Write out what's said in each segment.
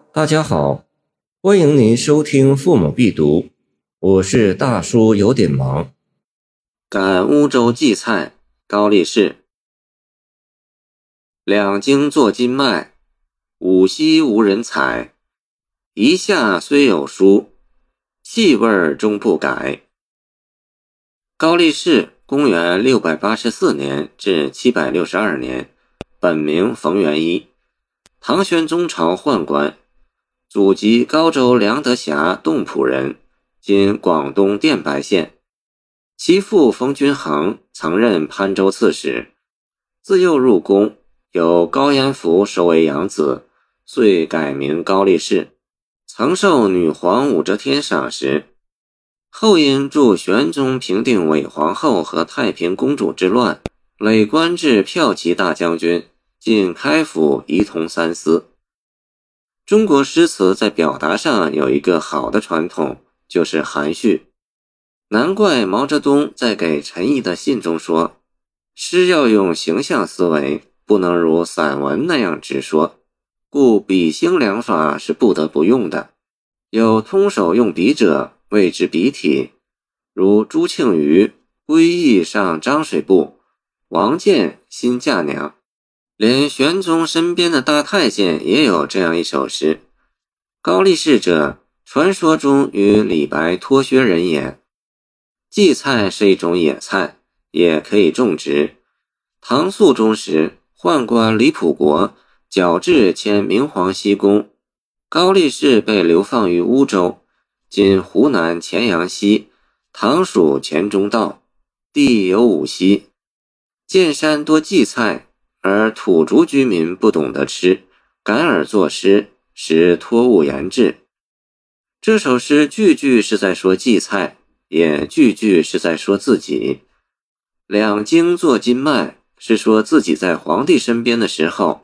大家好，欢迎您收听父母必读，我是大叔有点忙。 赶乌州荠菜，高力士。两京作金麦，五溪无人采。一下虽有书，气味终不改。高力士公元684年至762年，本名冯元一，唐玄宗朝宦官，祖籍高州梁德峡洞浦人，今广东电白县。其父冯君衡曾任潘州刺史，自幼入宫，由高彦福收为养子，遂改名高力士，曾受女皇武则天赏识。后因助玄宗平定韦皇后和太平公主之乱，累官至骠骑大将军，进开府仪同三司。中国诗词在表达上有一个好的传统，就是含蓄。难怪毛泽东在给陈毅的信中说，诗要用形象思维，不能如散文那样直说，故笔兴良法是不得不用的。有通手用笔者，谓之笔体，如朱庆余归义上张水部，王建新嫁娘，连玄宗身边的大太监也有这样一首诗。高力士者，传说中与李白脱靴人也。荠菜是一种野菜，也可以种植。唐肃宗时，宦官李普国矫制迁明皇西宫，高力士被流放于乌州，今湖南乾阳西，唐属黔中道，地有5溪。见山多荠菜，而土著居民不懂得吃，感而作诗，实托物言志。这首诗句句是在说荠菜，也句句是在说自己。两京作金麦，是说自己在皇帝身边的时候，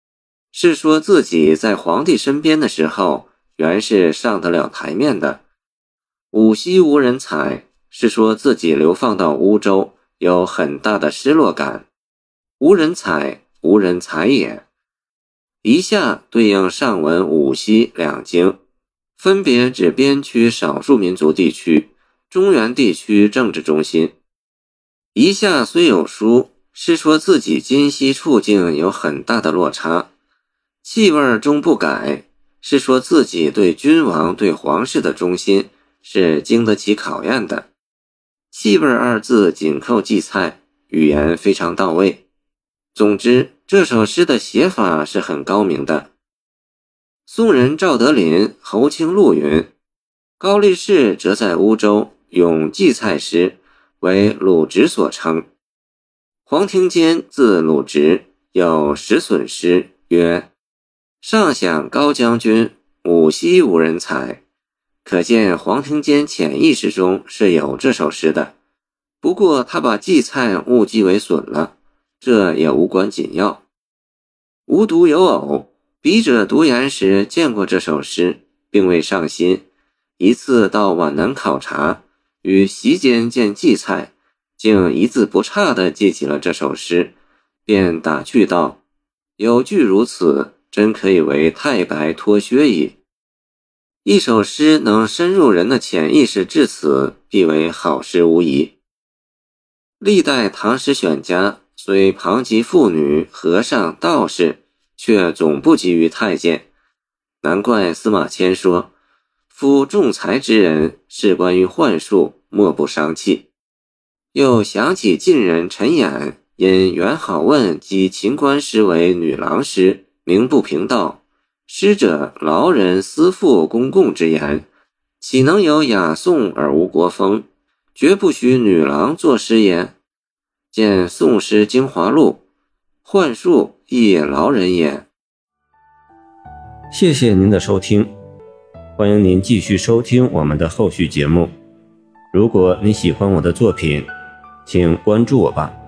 原是上得了台面的。五溪无人采，是说自己流放到乌州，有很大的失落感。无人采，无人采也。一下对应上文五溪两京，分别指边区少数民族地区、中原地区政治中心。一下虽有书，是说自己今昔处境有很大的落差。气味终不改，是说自己对君王对皇室的忠心是经得起考验的。气味二字紧扣荠菜，语言非常到位。总之，这首诗的写法是很高明的。宋人赵德林、侯清禄云，高力士则在乌州咏荠菜诗，为鲁直所称。黄庭坚字鲁直，有石笋诗曰：上想高将军，五溪无人采。可见黄庭坚潜意识中是有这首诗的，不过他把荠菜误记为笋了，这也无关紧要。无独有偶，笔者读研时见过这首诗，并未上心。一次到皖南考察，与席间见荠菜，竟一字不差地记起了这首诗，便打趣道：有句如此，真可以为太白脱靴矣。一首诗能深入人的潜意识至此，必为好诗无疑。历代唐诗选家虽旁及妇女、和尚、道士，却总不及于太监。难怪司马迁说，夫仲才之人，事关于幻术，莫不伤气。又想起晋人陈俨因元好问及秦观诗为女郎诗，名不平道，诗者劳人私赋公共之言，岂能有雅颂而无国风？绝不许女郎作诗也。见《宋诗精华录》，幻术亦劳人也。 谢谢您的收听，欢迎您继续收听我们的后续节目。如果你喜欢我的作品，请关注我吧。